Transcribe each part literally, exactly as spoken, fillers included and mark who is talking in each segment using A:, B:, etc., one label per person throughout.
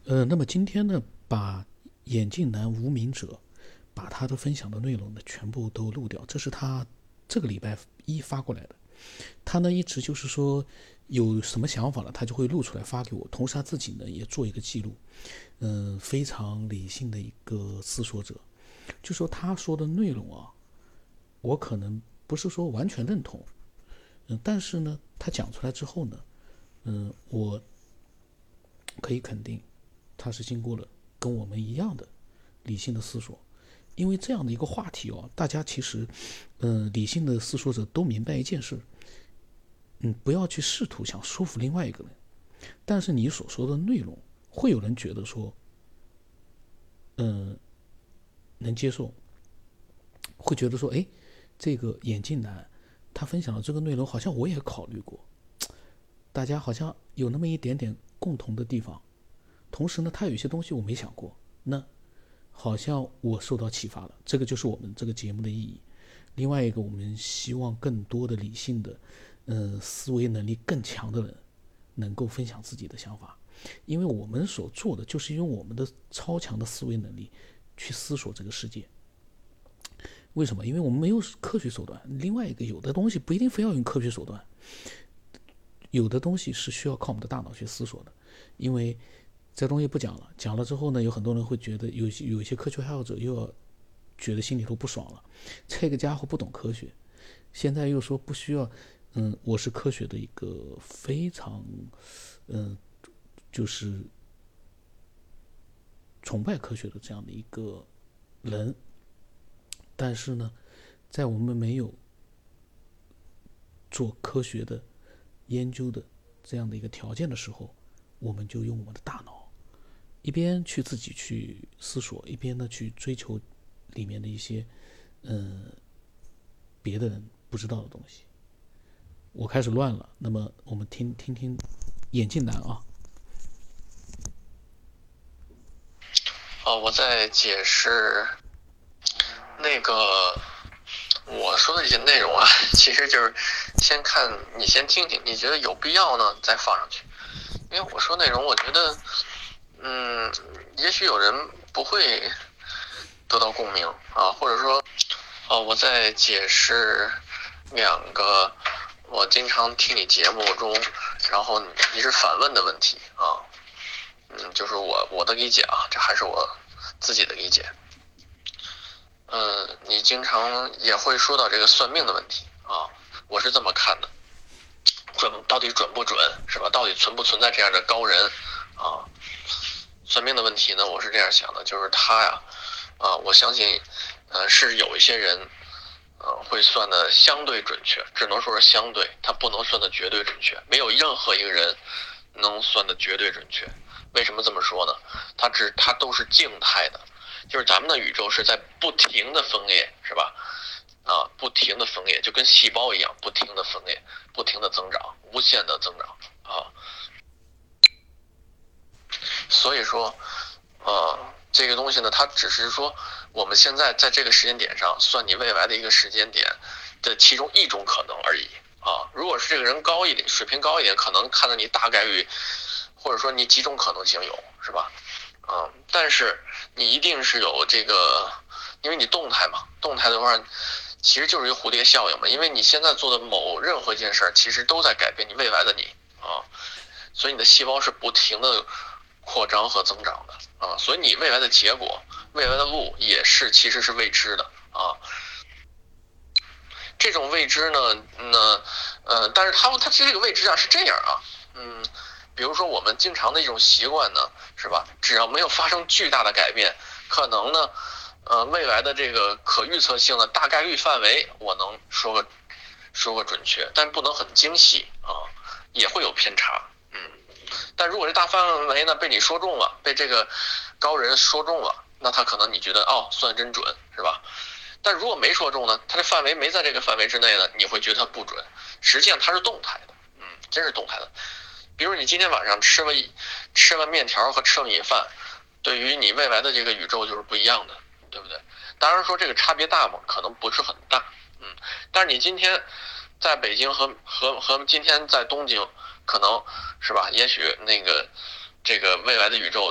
A: 呃，那么今天呢，把眼镜男无名者把他的分享的内容呢全部都录掉，这是他这个礼拜一发过来的。他呢一直就是说有什么想法了，他就会录出来发给我，同时他自己呢也做一个记录。嗯、呃，非常理性的一个思索者，就说他说的内容啊，我可能不是说完全认同，嗯、呃，但是呢，他讲出来之后呢，嗯、呃，我可以肯定。他是经过了跟我们一样的理性的思索，因为这样的一个话题哦，大家其实，呃，理性的思索者都明白一件事，嗯，不要去试图想说服另外一个人，但是你所说的内容，会有人觉得说，嗯、呃，能接受，会觉得说，哎，这个眼镜男他分享的这个内容，好像我也考虑过，大家好像有那么一点点共同的地方。同时呢，他有一些东西我没想过，那好像我受到启发了，这个就是我们这个节目的意义。另外一个，我们希望更多的理性的，呃，思维能力更强的人能够分享自己的想法，因为我们所做的就是用我们的超强的思维能力去思索这个世界。为什么？因为我们没有科学手段。另外一个，有的东西不一定非要用科学手段，有的东西是需要靠我们的大脑去思索的，因为这东西不讲了，讲了之后呢，有很多人会觉得有有一些科学爱好者又要觉得心里头不爽了，这个家伙不懂科学，现在又说不需要，嗯，我是科学的一个非常，嗯，就是崇拜科学的这样的一个人，但是呢，在我们没有做科学的研究的这样的一个条件的时候，我们就用我们的大脑。一边去自己去思索，一边呢去追求里面的一些，嗯、呃，别的人不知道的东西。我开始乱了，那么我们听听听眼镜男啊。
B: 哦，我在解释那个我说的这些内容啊，其实就是先看你先听听，你觉得有必要呢再放上去。因为我说内容，我觉得，嗯，也许有人不会得到共鸣啊，或者说，哦，我在解释两个我经常听你节目中，然后你是反问的问题啊，嗯，就是我我的理解啊，这还是我自己的理解。嗯，你经常也会说到这个算命的问题啊，我是这么看的，准到底准不准是吧？到底存不存在这样的高人啊？算命的问题呢，我是这样想的，就是他呀，啊，我相信，呃，是有一些人，呃，会算的相对准确，只能说是相对，他不能算的绝对准确，没有任何一个人能算的绝对准确。为什么这么说呢？它只它都是静态的。就是咱们的宇宙是在不停的分裂，是吧？啊，不停的分裂，就跟细胞一样，不停的分裂，不停的增长，无限的增长啊。所以说，呃，这个东西呢，它只是说我们现在在这个时间点上算你未来的一个时间点的其中一种可能而已啊。如果是这个人高一点，水平高一点，可能看到你大概率，或者说你几种可能性有，是吧？嗯，但是你一定是有这个，因为你动态嘛，动态的话，其实就是一个蝴蝶效应嘛。因为你现在做的某任何一件事，其实都在改变你未来的你啊，所以你的细胞是不停的扩张和增长的啊，所以你未来的结果，未来的路也是其实是未知的啊。这种未知呢，那呃，但是它它这个未知啊是这样啊，嗯。比如说我们经常的一种习惯呢，是吧？只要没有发生巨大的改变，可能呢，呃，未来的这个可预测性的大概率范围，我能说个说个准确，但不能很精细啊，也会有偏差，嗯。但如果这大范围呢被你说中了，被这个高人说中了，那他可能你觉得哦算真准，是吧？但如果没说中呢，他这范围没在这个范围之内呢，你会觉得它不准。实际上它是动态的，嗯，真是动态的。比如你今天晚上吃了吃了面条和吃了米饭，对于你未来的这个宇宙就是不一样的，对不对？当然说这个差别大吗？可能不是很大，嗯。但是你今天在北京和和和今天在东京，可能是吧？也许那个这个未来的宇宙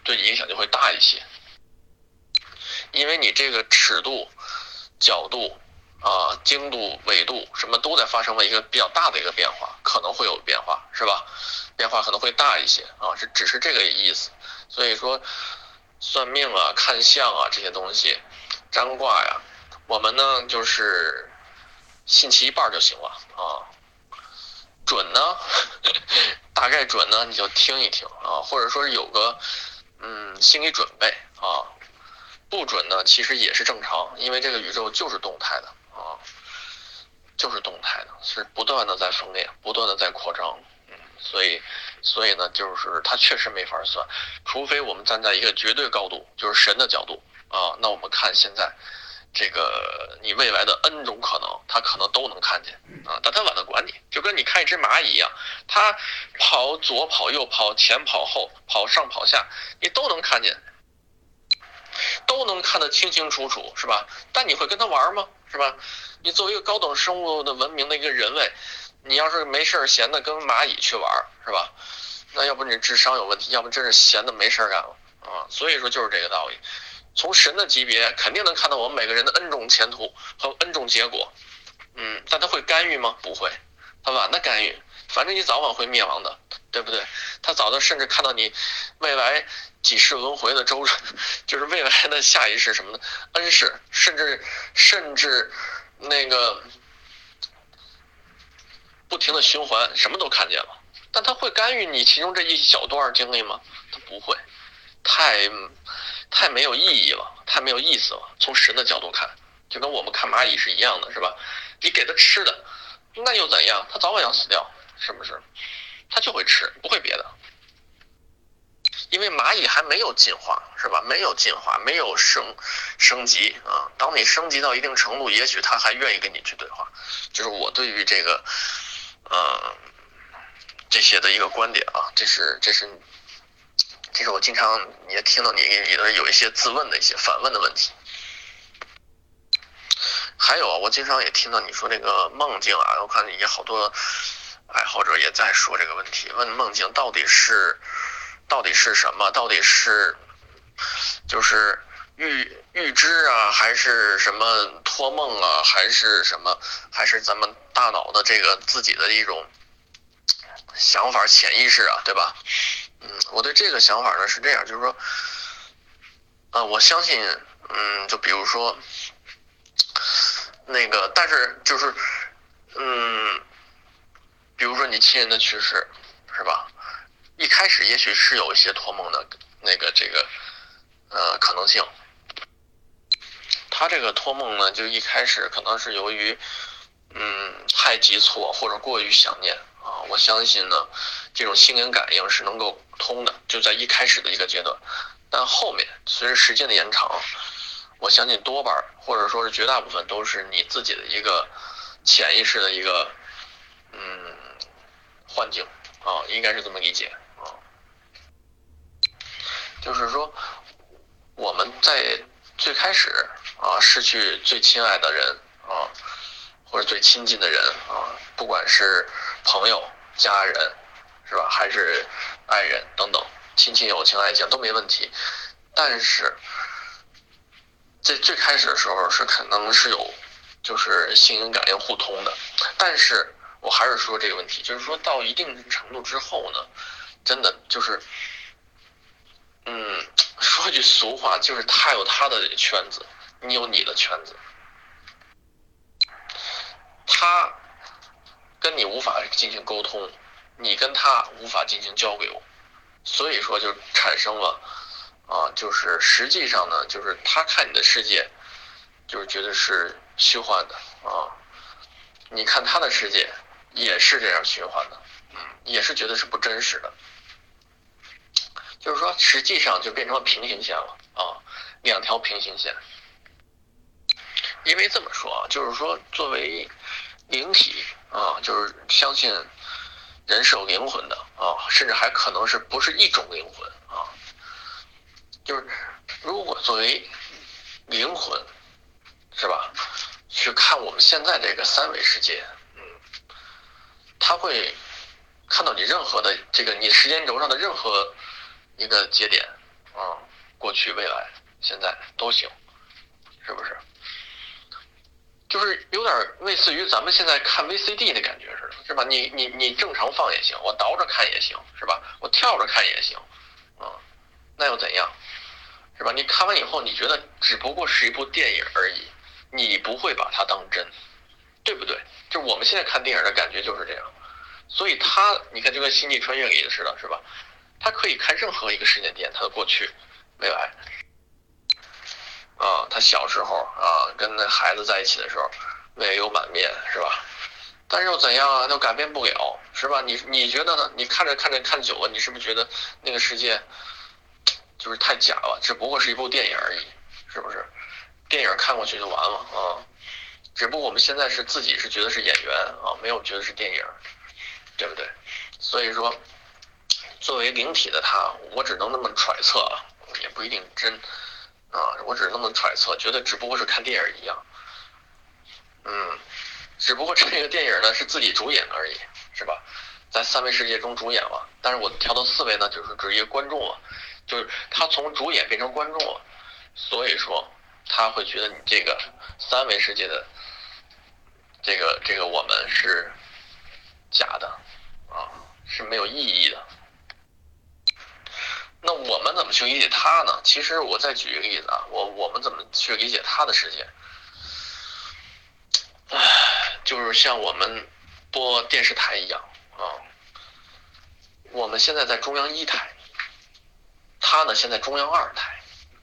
B: 对你影响就会大一些，因为你这个尺度、角度啊、经度、纬度什么都在发生了一个比较大的一个变化，可能会有变化，是吧？变化可能会大一些啊，是只是这个意思。所以说，算命啊、看相啊这些东西，占卦呀，我们呢就是信其一半就行了啊。准呢，大概准呢你就听一听啊，或者说有个嗯心理准备啊。不准呢其实也是正常，因为这个宇宙就是动态的啊，就是动态的，是不断的在分裂，不断的在扩张。嗯，所以所以呢就是它确实没法算，除非我们站在一个绝对高度，就是神的角度啊，那我们看现在这个你未来的 N 种可能，他可能都能看见啊，但他懒得管你，就跟你看一只蚂蚁一样，他跑左跑右跑前跑后跑上跑下，你都能看见，都能看得清清楚楚，是吧？但你会跟他玩吗？是吧？你作为一个高等生物的文明的一个人类，你要是没事闲的跟蚂蚁去玩，是吧？那要不你智商有问题，要不真是闲的没事干了啊！所以说就是这个道理。从神的级别肯定能看到我们每个人的 N 种前途和 N 种结果，嗯，但他会干预吗？不会，他懒得干预，反正你早晚会灭亡的，对不对？他早的甚至看到你未来几世轮回的周，就是未来的下一世什么的 N 世，甚至甚至那个不停的循环，什么都看见了，但他会干预你其中这一小段经历吗？他不会，太。太没有意义了，太没有意思了。从神的角度看，就跟我们看蚂蚁是一样的，是吧？你给它吃的，那又怎样？它早晚要死掉，是不是？它就会吃，不会别的。因为蚂蚁还没有进化，是吧？没有进化，没有升升级啊。当你升级到一定程度，也许它还愿意跟你去对话。就是我对于这个，呃，这些的一个观点啊，这是这是。这是我经常也听到你里头有一些自问的一些反问的问题，还有啊，我经常也听到你说这个梦境啊，我看也好多爱好者也在说这个问题，问梦境到底是到底是什么，到底是就是预预知啊，还是什么托梦啊，还是什么，还是咱们大脑的这个自己的一种想法潜意识啊，对吧？嗯，我对这个想法呢是这样，就是说，呃，我相信，嗯，就比如说，那个，但是就是，嗯，比如说你亲人的去世，是吧？一开始也许是有一些托梦的那个这个，呃，可能性。他这个托梦呢，就一开始可能是由于，嗯，太急促或者过于想念啊，我相信呢。这种心灵感应是能够通的，就在一开始的一个阶段，但后面随着时间的延长，我相信多半或者说是绝大部分都是你自己的一个潜意识的一个嗯幻境啊，应该是这么理解啊。就是说我们在最开始啊失去最亲爱的人啊，或者最亲近的人啊，不管是朋友、家人。是吧？还是爱人等等，亲情、友情、爱情都没问题。但是，在最开始的时候是可能是有，就是心灵感应互通的。但是我还是说这个问题，就是说到一定程度之后呢，真的就是，嗯，说句俗话，就是他有他的圈子，你有你的圈子，他跟你无法进行沟通。你跟他无法进行交流，所以说就产生了啊，就是实际上呢，就是他看你的世界，就是觉得是虚幻的啊，你看他的世界也是这样虚幻的，嗯，也是觉得是不真实的，就是说实际上就变成了平行线了啊，两条平行线。因为这么说啊，就是说作为灵体啊，就是相信。人是有灵魂的啊，甚至还可能是不是一种灵魂啊？就是如果作为灵魂，是吧？去看我们现在这个三维世界，嗯，他会看到你任何的这个你时间轴上的任何一个节点， 啊，过去、未来、现在都行，是不是？就是有点类似于咱们现在看 V C D 的感觉似的，是吧？你你你正常放也行，我倒着看也行，是吧？我跳着看也行，啊，那又怎样？是吧？你看完以后，你觉得只不过是一部电影而已，你不会把它当真，对不对？就我们现在看电影的感觉就是这样。所以他，你看就跟《星际穿越》里的似的，是吧？他可以看任何一个时间点，他的过去、未来。啊，他小时候啊，跟那孩子在一起的时候，泪流满面，是吧？但是又怎样啊？都改变不了，是吧？你你觉得呢？你看着看着看久了，你是不是觉得那个世界就是太假了？只不过是一部电影而已，是不是？电影看过去就完了啊。只不过我们现在是自己是觉得是演员啊，没有觉得是电影，对不对？所以说，作为灵体的他，我只能那么揣测，也不一定真啊，我只能那么揣测，觉得只不过是看电影一样。嗯，只不过这个电影呢是自己主演而已，是吧？在三维世界中主演了，但是我调到四维呢，就是只是一个观众了，就是他从主演变成观众了，所以说他会觉得你这个三维世界的这个这个我们是假的啊，是没有意义的。那我们怎么去理解他呢？其实我再举一个例子啊，我我们怎么去理解他的世界？唉，就是像我们播电视台一样啊，我们现在在中央一台，他呢现在中央二台。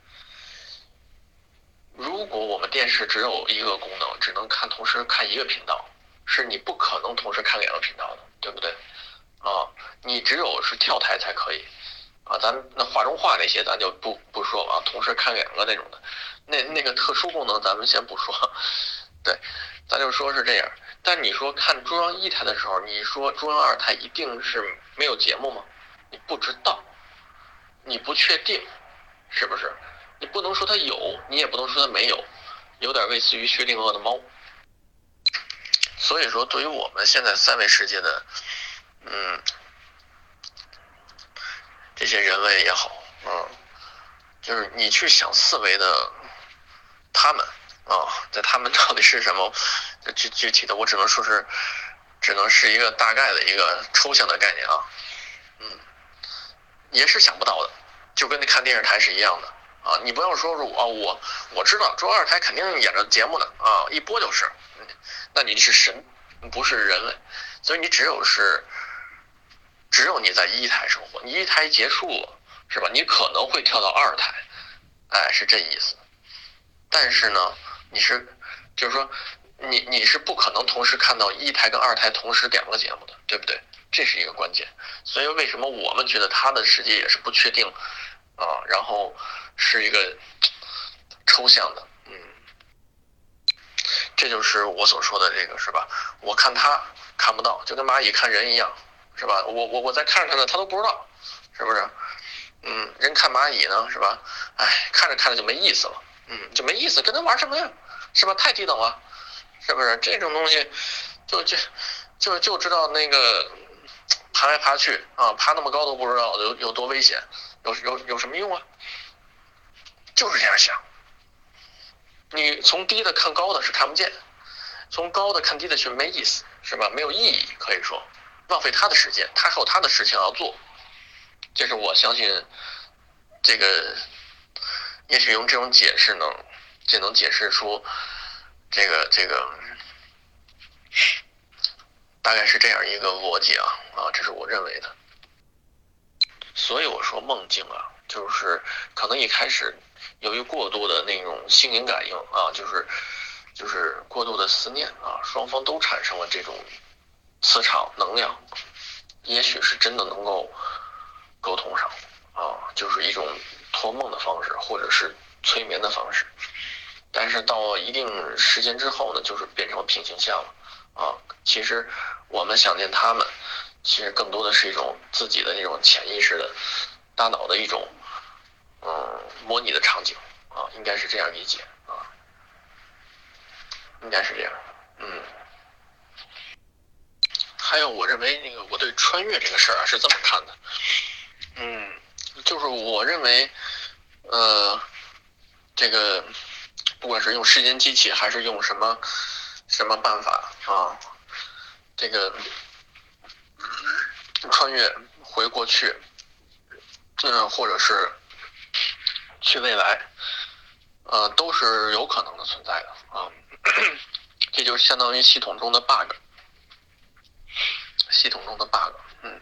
B: 如果我们电视只有一个功能，只能看同时看一个频道，是你不可能同时看两个频道的，对不对？啊，你只有是跳台才可以。啊，咱那画中画那些咱就不不说了，同时看两个那种的，那那个特殊功能咱们先不说，对，咱就说是这样。但你说看中央一台的时候，你说中央二台一定是没有节目吗？你不知道，你不确定，是不是？你不能说它有，你也不能说它没有，有点类似于薛定谔的猫。所以说，对于我们现在三维世界的，嗯。这些人类也好，嗯，就是你去想四维的他们啊，在他们到底是什么？具具体的我只能说是，只能是一个大概的一个抽象的概念啊，嗯，也是想不到的，就跟那看电视台是一样的啊。你不要说是我我我知道中央二台肯定演着节目的啊，一播就是，那你是神，不是人类，所以你只有是。只有你在一台生活，你一台结束了，是吧？你可能会跳到二台，哎，是这意思。但是呢，你是，就是说，你你是不可能同时看到一台跟二台同时两个节目的，对不对？这是一个关键。所以为什么我们觉得他的世界也是不确定啊？然后是一个抽象的，嗯，这就是我所说的这个，是吧？我看他看不到，就跟蚂蚁看人一样。是吧？我我我在看着他呢，他都不知道，是不是？嗯，人看蚂蚁呢，是吧？哎，看着看着就没意思了，嗯，就没意思，跟他玩什么呀？是吧？太低等了，是不是？这种东西，就就就就知道那个爬来爬去啊，爬那么高都不知道有有多危险，有有有什么用啊？就是这样想。你从低的看高的是看不见，从高的看低的是没意思，是吧？没有意义，可以说。浪费他的时间，他还有他的事情要做，这是我相信，这个也许用这种解释能，就能解释出这个这个大概是这样一个逻辑啊啊，这是我认为的。所以我说梦境啊，就是可能一开始由于过度的那种心灵感应啊，就是就是过度的思念啊，双方都产生了这种。磁场能量，也许是真的能够沟通上啊，就是一种托梦的方式，或者是催眠的方式。但是到一定时间之后呢，就是变成平行线了啊。其实我们想念他们，其实更多的是一种自己的那种潜意识的大脑的一种嗯模拟的场景啊，应该是这样理解啊，应该是这样，嗯。还有，我认为那个我对穿越这个事儿啊是这么看的，嗯， 就是我认为，呃，这个不管是用时间机器还是用什么什么办法啊，这个穿越回过去，嗯，或者是去未来，呃，都是有可能的存在的啊。这就相当于系统中的 bug， 系统中的 bug， 嗯。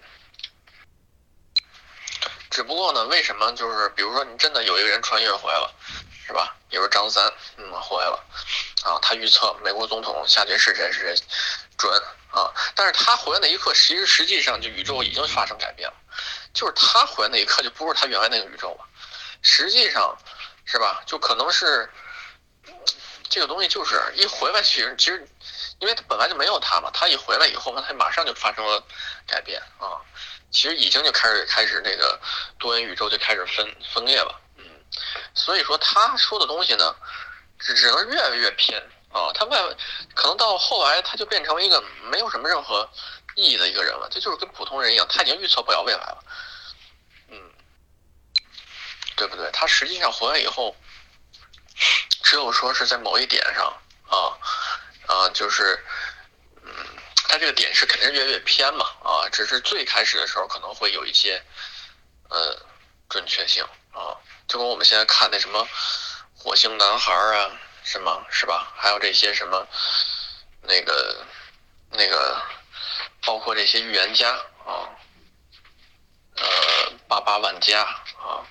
B: 只不过呢，为什么就是比如说你真的有一个人穿越回来了，是吧？比如张三，嗯，回来了，啊，他预测美国总统下届是谁是谁准啊，但是他回来那一刻，其实实际上就宇宙已经发生改变了，就是他回来那一刻就不是他原来那个宇宙了，实际上，是吧？就可能是这个东西就是一回来，其实其实，因为他本来就没有他嘛，他一回来以后呢，他马上就发生了改变啊。其实已经就开始开始那个多元宇宙就开始分分裂了，嗯，所以说他说的东西呢，只只能越来越偏啊，他外可能到后来他就变成一个没有什么任何意义的一个人了，这就是跟普通人一样，他已经预测不了未来了，嗯，对不对？他实际上回来以后，只有说是在某一点上啊啊，就是嗯。它这个点是肯定是越来越偏嘛，啊，只是最开始的时候可能会有一些，呃，准确性啊，就跟我们现在看那什么火星男孩啊，什么是吧？还有这些什么那个那个，包括这些预言家啊，呃，八八万家啊，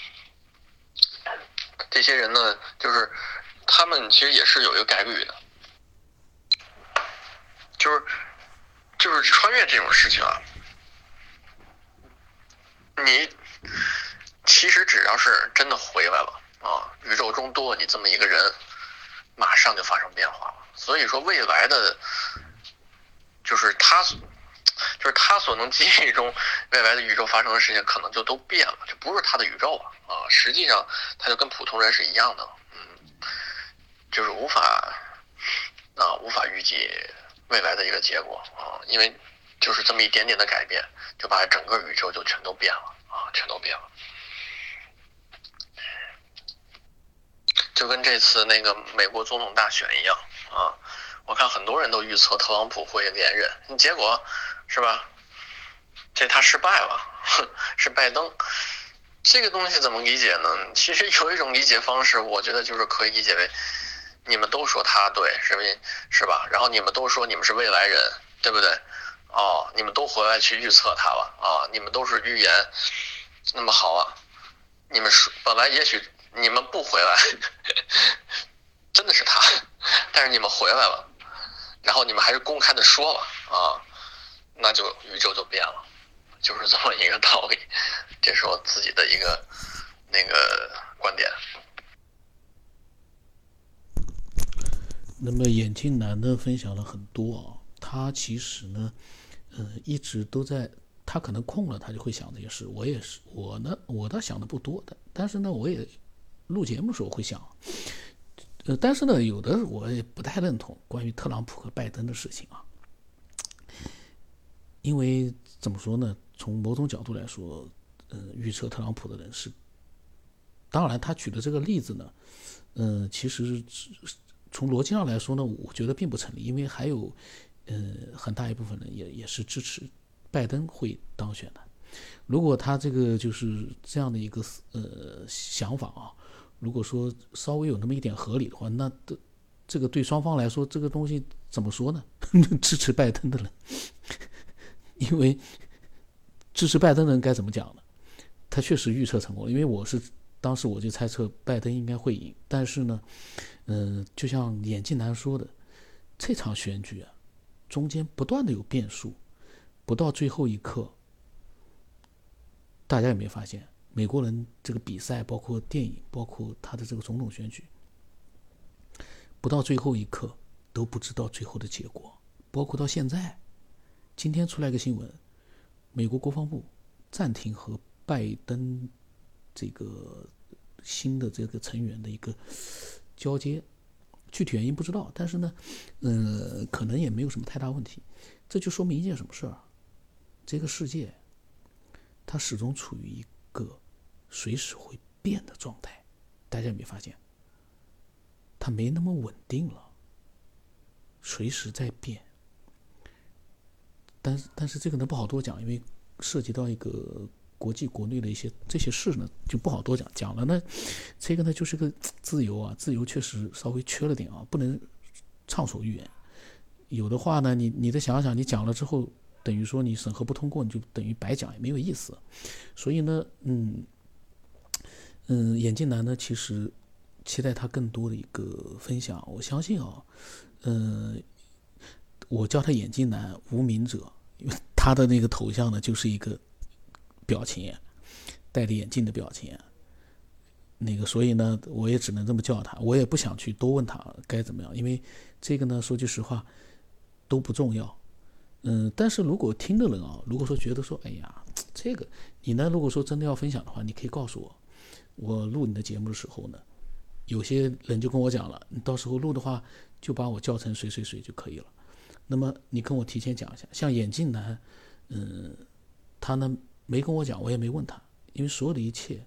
B: 这些人呢，就是他们其实也是有一个概率的，就是。就是穿越这种事情啊，你其实只要是真的回来了啊，宇宙中多你这么一个人，马上就发生变化了。所以说未来的，就是他，就是他所能记忆中未来的宇宙发生的事情，可能就都变了，这不是他的宇宙了啊。实际上，他就跟普通人是一样的，嗯，就是无法啊，无法预计未来的一个结果啊，因为就是这么一点点的改变，就把整个宇宙就全都变了啊，全都变了。就跟这次那个美国总统大选一样啊，我看很多人都预测特朗普会连任，结果是吧？这他失败了，是拜登。这个东西怎么理解呢？其实有一种理解方式，我觉得就是可以理解为。你们都说他对，是不是是吧？然后你们都说你们是未来人，对不对？哦，你们都回来去预测他了啊！你们都是预言，那么好啊！你们说本来也许你们不回来，真的是他，但是你们回来了，然后你们还是公开的说了啊，那就宇宙就变了，就是这么一个道理。这是我自己的一个那个观点。
A: 那么眼镜男呢分享了很多啊，他其实呢，呃，一直都在，他可能空了，他就会想这些事。我也是，我呢，我倒想的不多的，但是呢，我也录节目的时候会想，呃，但是呢，有的我也不太认同关于特朗普和拜登的事情啊，因为怎么说呢，从某种角度来说，呃，预测特朗普的人是，当然他举的这个例子呢，呃，其实。从逻辑上来说呢，我觉得并不成立，因为还有，呃，很大一部分人也也是支持拜登会当选的。如果他这个就是这样的一个呃想法啊，如果说稍微有那么一点合理的话，那这个对双方来说，这个东西怎么说呢？支持拜登的人，因为支持拜登的人该怎么讲呢？他确实预测成功了，因为我是。当时我就猜测拜登应该会赢，但是呢，嗯、呃，就像眼镜男说的，这场选举啊，中间不断的有变数，不到最后一刻，大家有没有发现，美国人这个比赛，包括电影，包括他的这个总统选举，不到最后一刻都不知道最后的结果，包括到现在，今天出来个新闻，美国国防部暂停和拜登。这个新的这个成员的一个交接，具体原因不知道，但是呢，呃，可能也没有什么太大问题。这就说明一件什么事儿？这个世界，它始终处于一个随时会变的状态。大家有没有发现？它没那么稳定了，随时在变。但是但是这个呢不好多讲，因为涉及到一个国际国内的一些这些事呢，就不好多讲。讲了呢，这个呢就是个自由啊，自由确实稍微缺了点啊，不能畅所欲言。有的话呢，你你再想想，你讲了之后，等于说你审核不通过，你就等于白讲，也没有意思。所以呢，嗯嗯，眼镜男呢，其实期待他更多的一个分享。我相信啊，嗯、呃，我叫他眼镜男无名者，因为他的那个头像呢，就是一个表情，戴着眼镜的表情。那个，所以呢，我也只能这么叫他，我也不想去多问他该怎么样，因为这个呢，说句实话，都不重要。嗯，但是如果听的人啊，如果说觉得说，哎呀，这个你呢，如果说真的要分享的话，你可以告诉我，我录你的节目的时候呢，有些人就跟我讲了，你到时候录的话，就把我叫成谁谁谁就可以了。那么你跟我提前讲一下，像眼镜男，嗯，他呢没跟我讲，我也没问他，因为所有的一切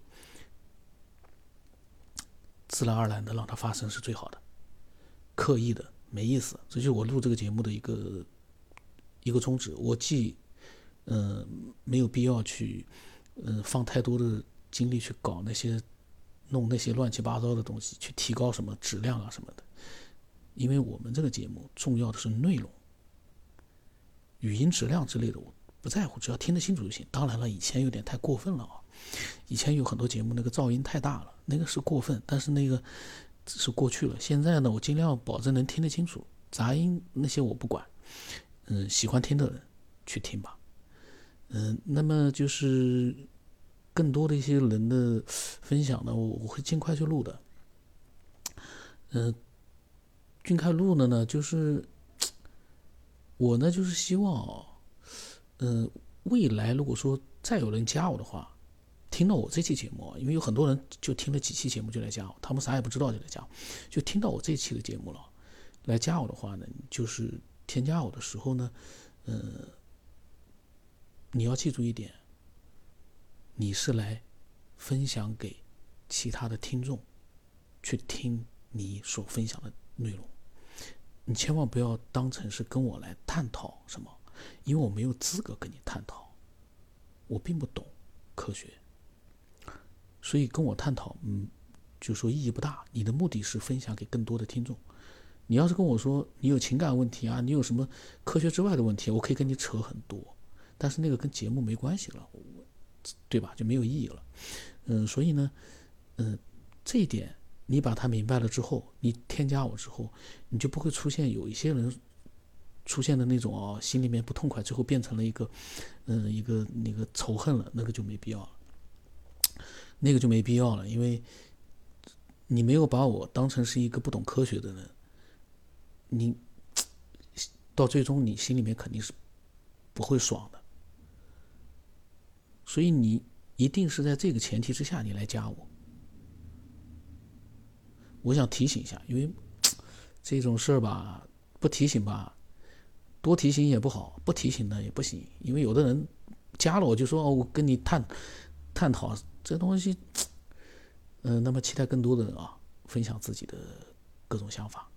A: 自然而然的让它发生是最好的，刻意的没意思。这就是我录这个节目的一个一个宗旨。我既嗯、呃、没有必要去嗯、呃、放太多的精力去搞那些弄那些乱七八糟的东西，去提高什么质量啊什么的。因为我们这个节目重要的是内容，语音质量之类的我不在乎，只要听得清楚就行。当然了，以前有点太过分了啊，以前有很多节目那个噪音太大了，那个是过分，但是那个是过去了。现在呢，我尽量保证能听得清楚，杂音那些我不管。嗯，喜欢听的人去听吧。嗯，那么就是更多的一些人的分享呢，我我会尽快去录的。嗯，尽快录的呢，就是我呢就是希望，嗯，未来如果说再有人加我的话，听到我这期节目，因为有很多人就听了几期节目就来加我，他们啥也不知道就来加我，就听到我这期的节目了，来加我的话呢，就是添加我的时候呢，呃，你要记住一点，你是来分享给其他的听众去听你所分享的内容，你千万不要当成是跟我来探讨什么，因为我没有资格跟你探讨，我并不懂科学，所以跟我探讨，嗯，就说意义不大。你的目的是分享给更多的听众。你要是跟我说你有情感问题啊，你有什么科学之外的问题，我可以跟你扯很多，但是那个跟节目没关系了，对吧？就没有意义了。嗯，所以呢，嗯，这一点你把它明白了之后，你添加我之后，你就不会出现有一些人出现的那种哦，心里面不痛快，最后变成了一个，嗯，一个那个仇恨了，那个就没必要了，那个就没必要了，因为你没有把我当成是一个不懂科学的人。你到最终你心里面肯定是不会爽的，所以你一定是在这个前提之下你来加我。我想提醒一下，因为这种事儿吧，不提醒吧，多提醒也不好，不提醒呢也不行，因为有的人加了我就说哦，我跟你探探讨这东西，嗯、呃，那么期待更多的人啊分享自己的各种想法。